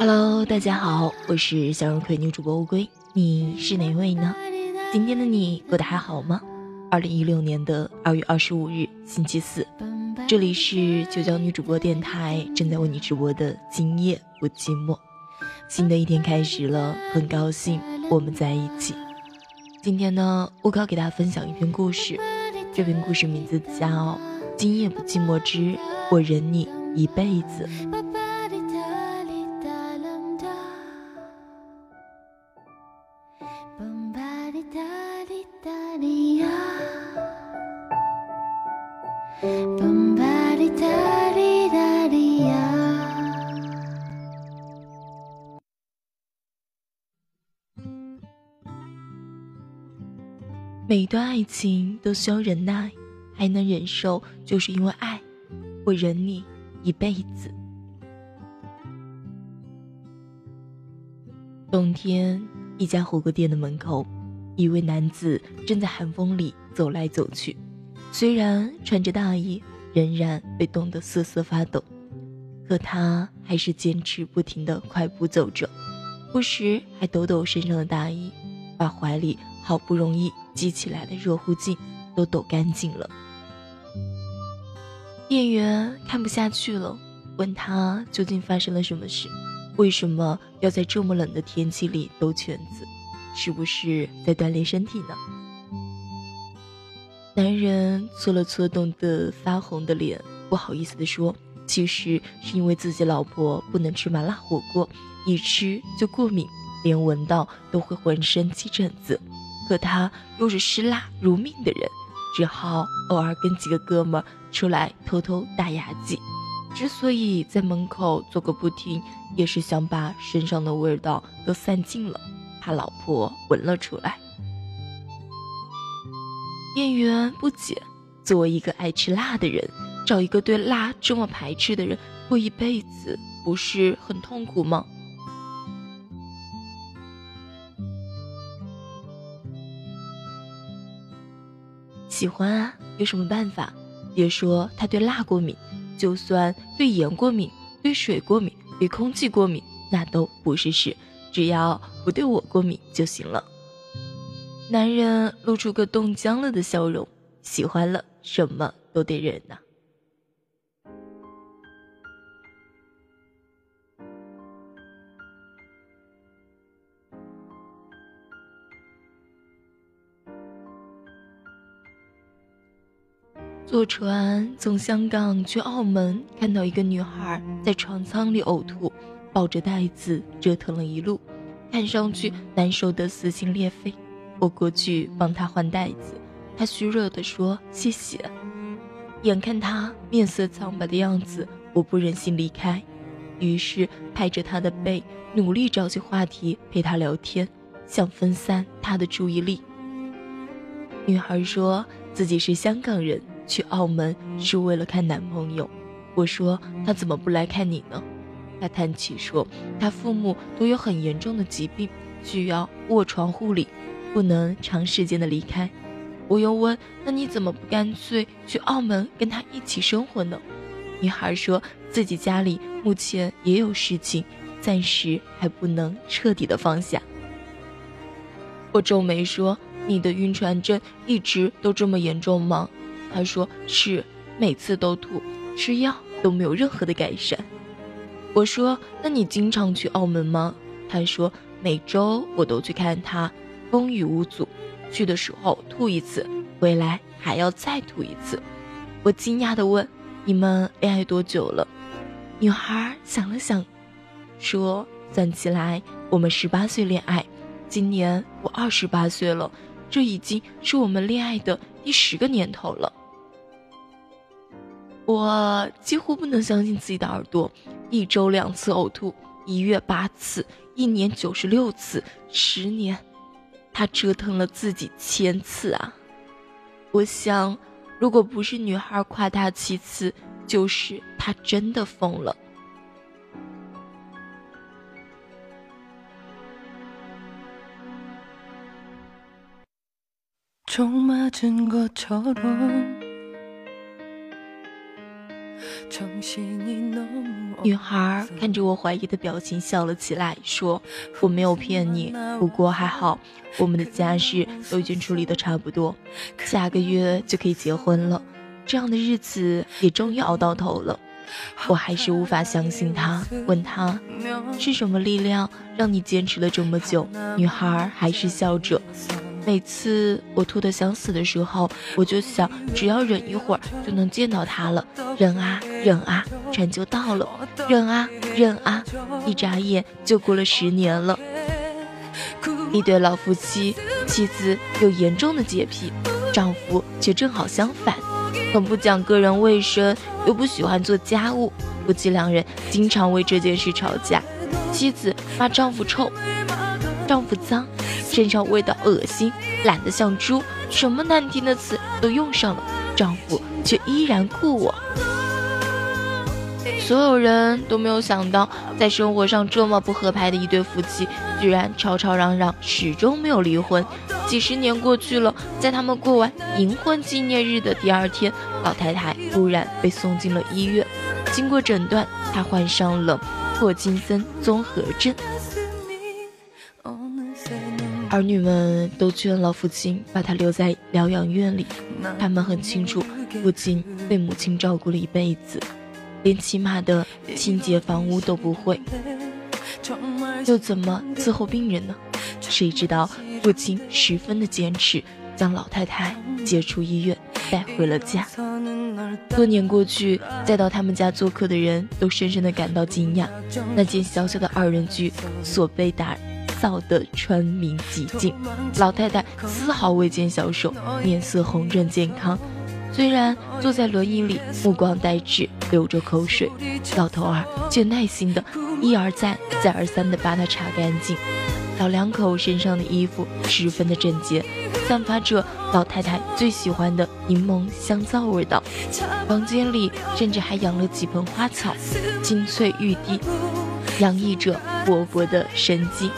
Hello，大家好，我是小人葵女主播乌龟，你是哪位呢？今天的你过得还好吗？2016年的2月25日星期四，这里是九角女主播电台正在为你直播的今夜不寂寞。新的一天开始了，很高兴我们在一起。今天呢，我要给大家分享一篇故事，这篇故事名字叫《今夜不寂寞之我忍你一辈子》。每一段爱情都需要忍耐，还能忍受，就是因为爱，我忍你一辈子。冬天，一家火锅店的门口，一位男子正在寒风里走来走去，虽然穿着大衣，仍然被冻得瑟瑟发抖，可他还是坚持不停地快步走着，不时还抖抖身上的大衣，把怀里好不容易积起来的热乎劲都抖干净了。店员看不下去了，问他究竟发生了什么事，为什么要在这么冷的天气里兜圈子，是不是在锻炼身体呢？男人搓了搓冻得发红的脸，不好意思地说，其实是因为自己老婆不能吃麻辣火锅，一吃就过敏，连闻到都会浑身起疹子，可他又是吃辣如命的人，只好偶尔跟几个哥们出来偷偷打牙祭。之所以在门口做个不停，也是想把身上的味道都散尽了，怕老婆闻了出来。店员不解，作为一个爱吃辣的人，找一个对辣这么排斥的人过一辈子，不是很痛苦吗？喜欢啊，有什么办法？别说他对辣过敏，就算对盐过敏，对水过敏，对空气过敏，那都不是事，只要不对我过敏就行了。男人露出个冻僵了的笑容，喜欢了什么都得忍啊。坐船从香港去澳门，看到一个女孩在船舱里呕吐，抱着袋子折腾了一路，看上去难受得撕心裂肺。我过去帮她换袋子，她虚弱地说谢谢。眼看她面色苍白的样子，我不忍心离开，于是拍着她的背，努力找起话题陪她聊天，想分散她的注意力。女孩说自己是香港人，去澳门是为了看男朋友。我说她怎么不来看你呢？她叹气说她父母都有很严重的疾病，需要卧床护理，不能长时间的离开。我又问，那你怎么不干脆去澳门跟他一起生活呢？女孩说自己家里目前也有事情，暂时还不能彻底的放下。我皱眉说，你的晕船症一直都这么严重吗？她说是，每次都吐，吃药都没有任何的改善。我说那你经常去澳门吗？她说每周我都去看他，风雨无阻，去的时候吐一次，回来还要再吐一次。我惊讶地问，你们恋爱多久了？女孩想了想说，算起来我们18岁恋爱，今年我28岁了，这已经是我们恋爱的第10个年头了。我几乎不能相信自己的耳朵，1周2次呕吐，1月8次，1年96次，10年，他折腾了自己1000次啊！我想，如果不是女孩夸他其词，就是他真的疯了。 女孩看着我怀疑的表情笑了起来，说：我没有骗你，不过还好，我们的家事都已经处理得差不多，下个月就可以结婚了，这样的日子也终于熬到头了。我还是无法相信她，问她是什么力量让你坚持了这么久。女孩还是笑着。每次我吐得想死的时候，我就想只要忍一会儿就能见到他了，忍啊忍啊，船就到了，忍啊忍啊，一眨眼就过了10年了。一对老夫妻，妻子有严重的洁癖，丈夫却正好相反，很不讲个人卫生，又不喜欢做家务，夫妻2人经常为这件事吵架。妻子骂丈夫臭，丈夫脏，身上味道恶心，懒得像猪，什么难听的词都用上了，丈夫却依然顾我。所有人都没有想到，在生活上这么不合拍的一对夫妻，居然吵吵嚷嚷，始终没有离婚。几十年过去了，在他们过完银婚纪念日的第2天，老太太突然被送进了医院。经过诊断，她患上了帕金森综合症。儿女们都劝老父亲把他留在疗养院里，他们很清楚父亲被母亲照顾了一辈子，连起码的清洁房屋都不会，又怎么伺候病人呢？谁知道父亲十分的坚持，将老太太接出医院，带回了家。多年过去，再到他们家做客的人都深深地感到惊讶，那间小小的2人居所被打造的窗明几净，老太太丝毫未见消瘦，面色红润健康。虽然坐在轮椅里，目光呆滞，流着口水，老头儿却耐心的一而再再而三的把它擦干净。老2口身上的衣服十分的整洁，散发着老太太最喜欢的柠檬香皂味道。房间里甚至还养了几盆花草，青翠欲滴，洋溢着勃勃的生机。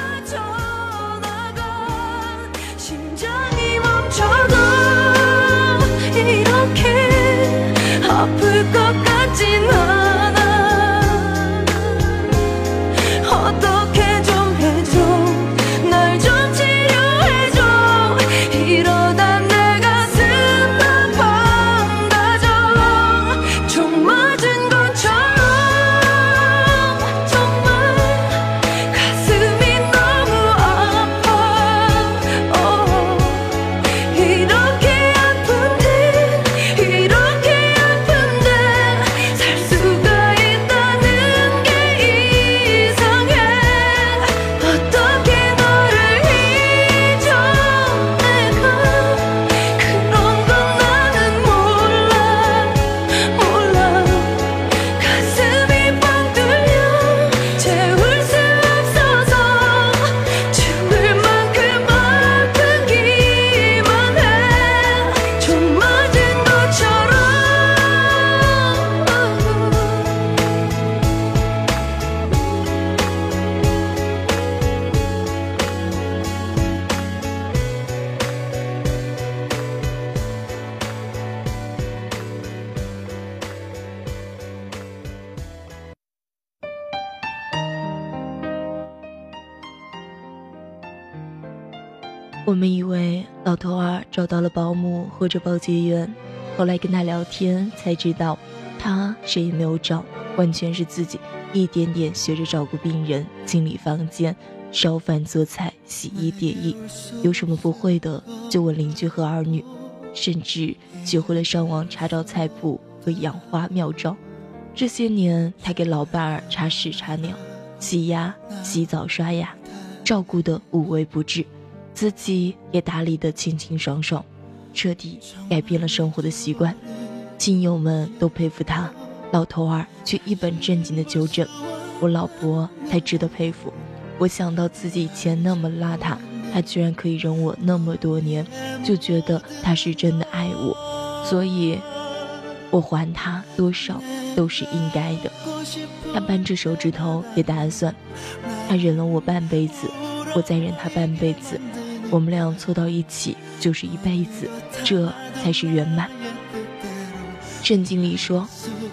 我们以为老头儿找到了保姆或者保洁员，后来跟他聊天才知道，他谁也没有找，完全是自己一点点学着照顾病人，清理房间，烧饭做菜，洗衣叠衣，有什么不会的就问邻居和儿女，甚至学会了上网查找菜谱和养花妙招。这些年他给老伴儿擦屎擦尿，洗牙洗澡刷牙，照顾得无微不至，自己也打理得清清爽爽，彻底改变了生活的习惯。亲友们都佩服他，老头儿却一本正经地纠正，我老婆才值得佩服。我想到自己以前那么邋遢，他居然可以忍我那么多年，就觉得他是真的爱我，所以我还他多少都是应该的。他扳着手指头也打算，他忍了我半辈子，我再忍他半辈子，我们俩凑到一起就是一辈子，这才是圆满。圣经里说，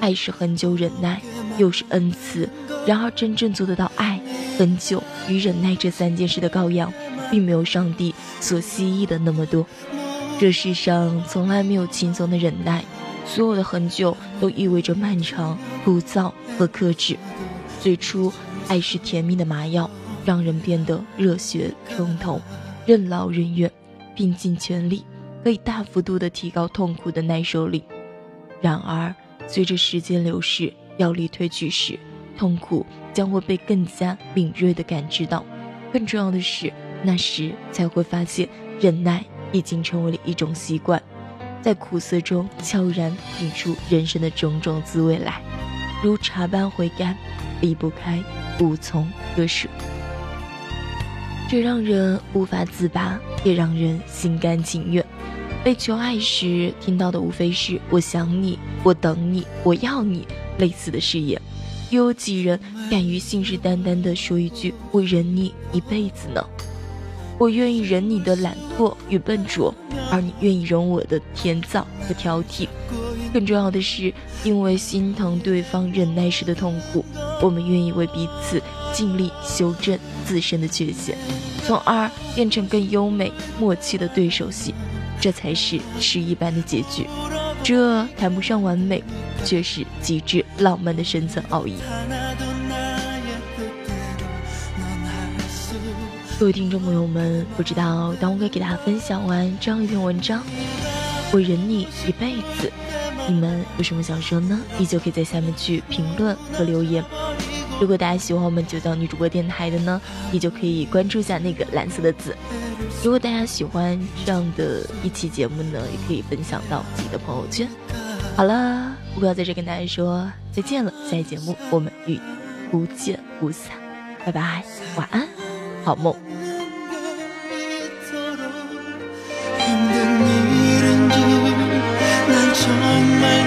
爱是恒久忍耐，又是恩慈。然而真正做得到爱、恒久与忍耐这3件事的羔羊，并没有上帝所希冀的那么多。这世上从来没有轻松的忍耐，所有的恒久都意味着漫长、枯燥和克制。最初，爱是甜蜜的麻药，让人变得热血冲动，任劳任怨，拼尽全力，可以大幅度地提高痛苦的耐受力。然而，随着时间流逝，药力褪去时，痛苦将会被更加敏锐地感知到。更重要的是，那时才会发现忍耐已经成为了一种习惯，在苦涩中悄然品出人生的种种滋味来，如茶般回甘，离不开，无从割舍。这让人无法自拔，也让人心甘情愿。被求爱时听到的无非是我想你，我等你，我要你，类似的誓言。又有几人敢于信誓旦旦地说一句我忍你一辈子呢？我愿意忍你的懒惰与笨拙，而你愿意忍我的甜躁和挑剔。更重要的是，因为心疼对方忍耐时的痛苦，我们愿意为彼此尽力修正自身的缺陷，从而变成更优美默契的对手戏。这才是诗一般的结局。这谈不上完美，却是极致浪漫的深层奥义。各位听众朋友们，不知道当我给大家分享完这样一篇文章，我忍你一辈子，你们有什么想说呢？依旧可以在下面去评论和留言。如果大家喜欢我们九角女主播电台的呢，依旧可以关注一下那个蓝色的字。如果大家喜欢这样的一期节目呢，也可以分享到自己的朋友圈。好了，不过要在这跟大家说再见了，下期节目我们不见不散，拜拜，晚安，好梦。난 정말